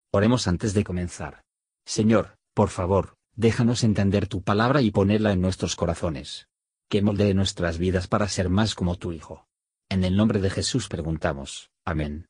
Oremos antes de comenzar. Señor, por favor, déjanos entender tu palabra y ponerla en nuestros corazones. Que moldee nuestras vidas para ser más como tu Hijo. En el nombre de Jesús preguntamos. Amén.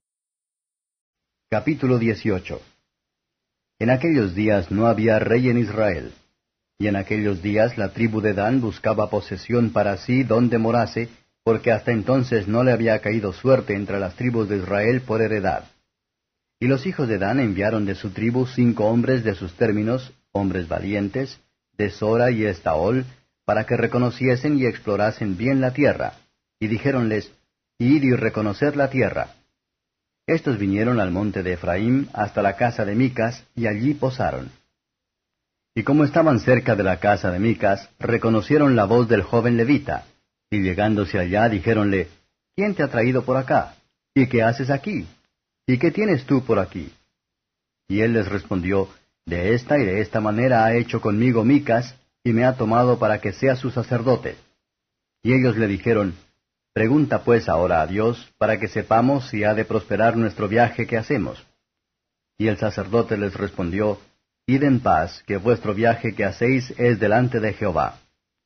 Capítulo 18. En aquellos días no había rey en Israel. Y en aquellos días la tribu de Dan buscaba posesión para sí donde morase, porque hasta entonces no le había caído suerte entre las tribus de Israel por heredad. Y los hijos de Dan enviaron de su tribu 5 hombres de sus términos, hombres valientes, de Sora y Estaol, para que reconociesen y explorasen bien la tierra. Y dijéronles, Id y reconoced la tierra. Estos vinieron al monte de Efraín hasta la casa de Micas, y allí posaron. Y como estaban cerca de la casa de Micas, reconocieron la voz del joven levita, y llegándose allá dijéronle, ¿Quién te ha traído por acá? ¿Y qué haces aquí? ¿Y qué tienes tú por aquí? Y él les respondió, De esta y de esta manera ha hecho conmigo Micas, y me ha tomado para que sea su sacerdote. Y ellos le dijeron, Pregunta pues ahora a Dios, para que sepamos si ha de prosperar nuestro viaje que hacemos. Y el sacerdote les respondió, Id en paz, que vuestro viaje que hacéis es delante de Jehová.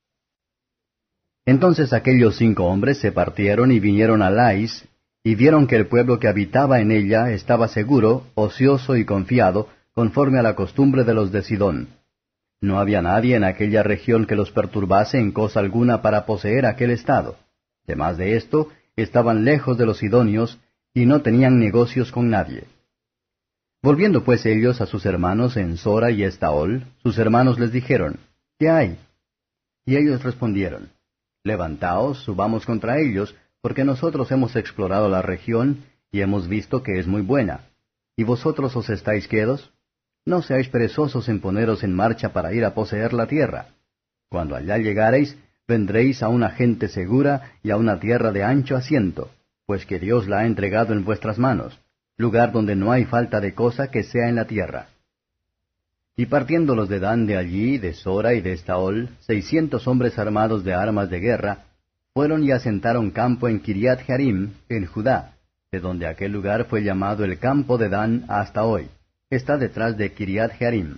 Entonces aquellos 5 hombres se partieron y vinieron a Lais, y vieron que el pueblo que habitaba en ella estaba seguro, ocioso y confiado, conforme a la costumbre de los de Sidón. No había nadie en aquella región que los perturbase en cosa alguna para poseer aquel estado. Además de esto, estaban lejos de los sidonios, y no tenían negocios con nadie. Volviendo pues ellos a sus hermanos en Sora y Estaol, sus hermanos les dijeron, ¿Qué hay? Y ellos respondieron, Levantaos, subamos contra ellos, porque nosotros hemos explorado la región, y hemos visto que es muy buena. ¿Y vosotros os estáis quedos? No seáis perezosos en poneros en marcha para ir a poseer la tierra. Cuando allá llegareis, vendréis a una gente segura y a una tierra de ancho asiento, pues que Dios la ha entregado en vuestras manos, lugar donde no hay falta de cosa que sea en la tierra. Y partiendo los de Dan de allí, de Sora y de Estaol, 600 hombres armados de armas de guerra, fueron y asentaron campo en Kiriat Jearim, en Judá, de donde aquel lugar fue llamado el campo de Dan hasta hoy. Está detrás de Kiriat Jearim.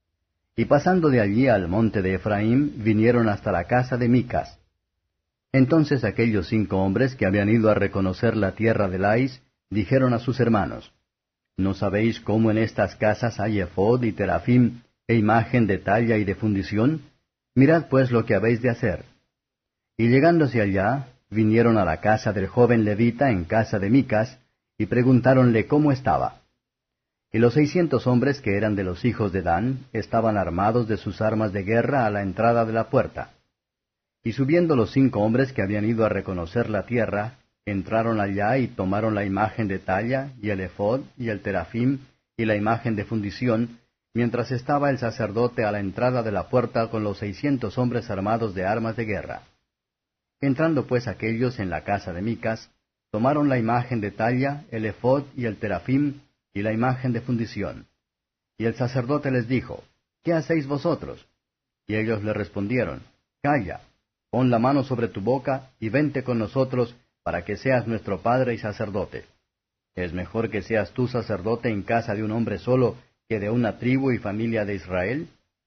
Y pasando de allí al monte de Efraín, vinieron hasta la casa de Micas. Entonces aquellos 5 hombres que habían ido a reconocer la tierra de Lais, dijeron a sus hermanos, ¿No sabéis cómo en estas casas hay efod y terafim, e imagen de talla y de fundición? Mirad pues lo que habéis de hacer. Y llegándose allá, vinieron a la casa del joven levita en casa de Micas, y preguntáronle cómo estaba. Y los 600 hombres que eran de los hijos de Dan, estaban armados de sus armas de guerra a la entrada de la puerta. Y subiendo los 5 hombres que habían ido a reconocer la tierra, entraron allá y tomaron la imagen de talla, y el efod, y el terafim, y la imagen de fundición, mientras estaba el sacerdote a la entrada de la puerta con los 600 hombres armados de armas de guerra. Entrando pues aquellos en la casa de Micas, tomaron la imagen de talla, el efod y el terafim, y la imagen de fundición. Y el sacerdote les dijo, ¿Qué hacéis vosotros? Y ellos le respondieron, Calla, pon la mano sobre tu boca, y vente con nosotros, para que seas nuestro padre y sacerdote. Es mejor que seas tú sacerdote en casa de un hombre solo, que de una tribu y familia de Israel.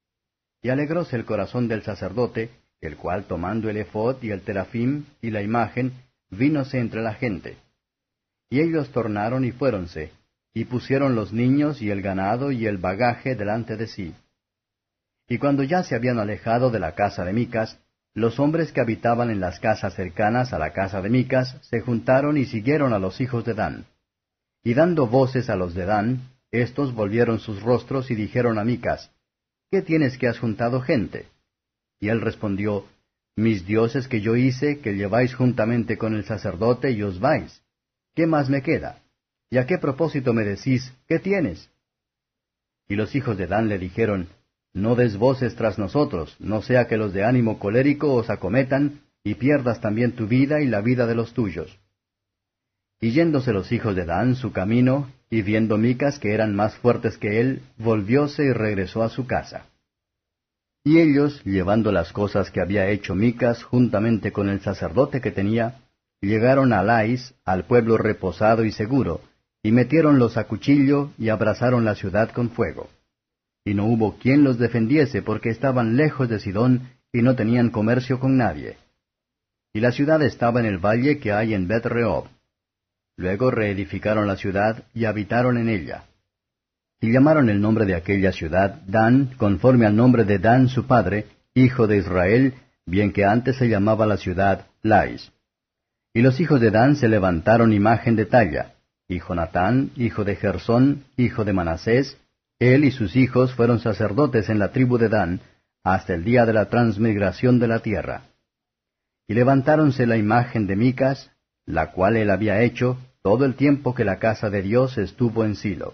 Y alegróse el corazón del sacerdote, el cual tomando el efod y el terafim y la imagen, vínose entre la gente. Y ellos tornaron y fuéronse, y pusieron los niños y el ganado y el bagaje delante de sí. Y cuando ya se habían alejado de la casa de Micas, los hombres que habitaban en las casas cercanas a la casa de Micas se juntaron y siguieron a los hijos de Dan. Y dando voces a los de Dan, éstos volvieron sus rostros y dijeron a Micas, ¿Qué tienes que has juntado gente? Y él respondió, Mis dioses que yo hice, que lleváis juntamente con el sacerdote y os vais. ¿Qué más me queda? ¿Y a qué propósito me decís, ¿qué tienes? Y los hijos de Dan le dijeron, No des voces tras nosotros, no sea que los de ánimo colérico os acometan, y pierdas también tu vida y la vida de los tuyos. Y yéndose los hijos de Dan su camino, y viendo Micas que eran más fuertes que él, volvióse y regresó a su casa. Y ellos, llevando las cosas que había hecho Micas juntamente con el sacerdote que tenía, llegaron a Lais, al pueblo reposado y seguro, y metiéronlos a cuchillo y abrasaron la ciudad con fuego. Y no hubo quien los defendiese porque estaban lejos de Sidón y no tenían comercio con nadie. Y la ciudad estaba en el valle que hay en Bet-rehob. Luego reedificaron la ciudad y habitaron en ella. Y llamaron el nombre de aquella ciudad Dan, conforme al nombre de Dan su padre, hijo de Israel, bien que antes se llamaba la ciudad Lais. Y los hijos de Dan se levantaron imagen de talla, y Jonatán, hijo de Gersón, hijo de Manasés, él y sus hijos fueron sacerdotes en la tribu de Dan, hasta el día de la transmigración de la tierra. Y levantáronse la imagen de Micas, la cual él había hecho todo el tiempo que la casa de Dios estuvo en Silo.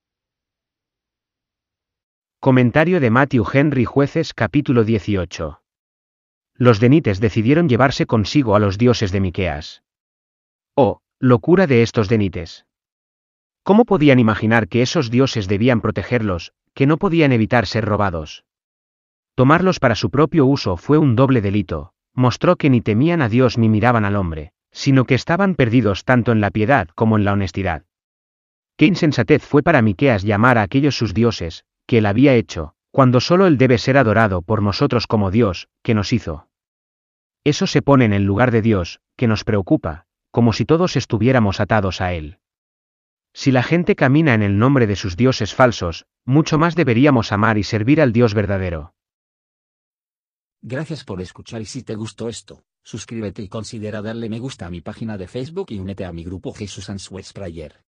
Comentario de Matthew Henry Jueces capítulo 18. Los denites decidieron llevarse consigo a los dioses de Miqueas. Oh, locura de estos denites. ¿Cómo podían imaginar que esos dioses debían protegerlos, que no podían evitar ser robados? Tomarlos para su propio uso fue un doble delito, mostró que ni temían a Dios ni miraban al hombre, sino que estaban perdidos tanto en la piedad como en la honestidad. Qué insensatez fue para Miqueas llamar a aquellos sus dioses, que él había hecho, cuando solo él debe ser adorado por nosotros como Dios, que nos hizo. Eso se pone en el lugar de Dios, que nos preocupa, como si todos estuviéramos atados a él. Si la gente camina en el nombre de sus dioses falsos, mucho más deberíamos amar y servir al Dios verdadero. Gracias por escuchar y si te gustó esto, suscríbete y considera darle me gusta a mi página de Facebook y únete a mi grupo Jesús Answers Prayer.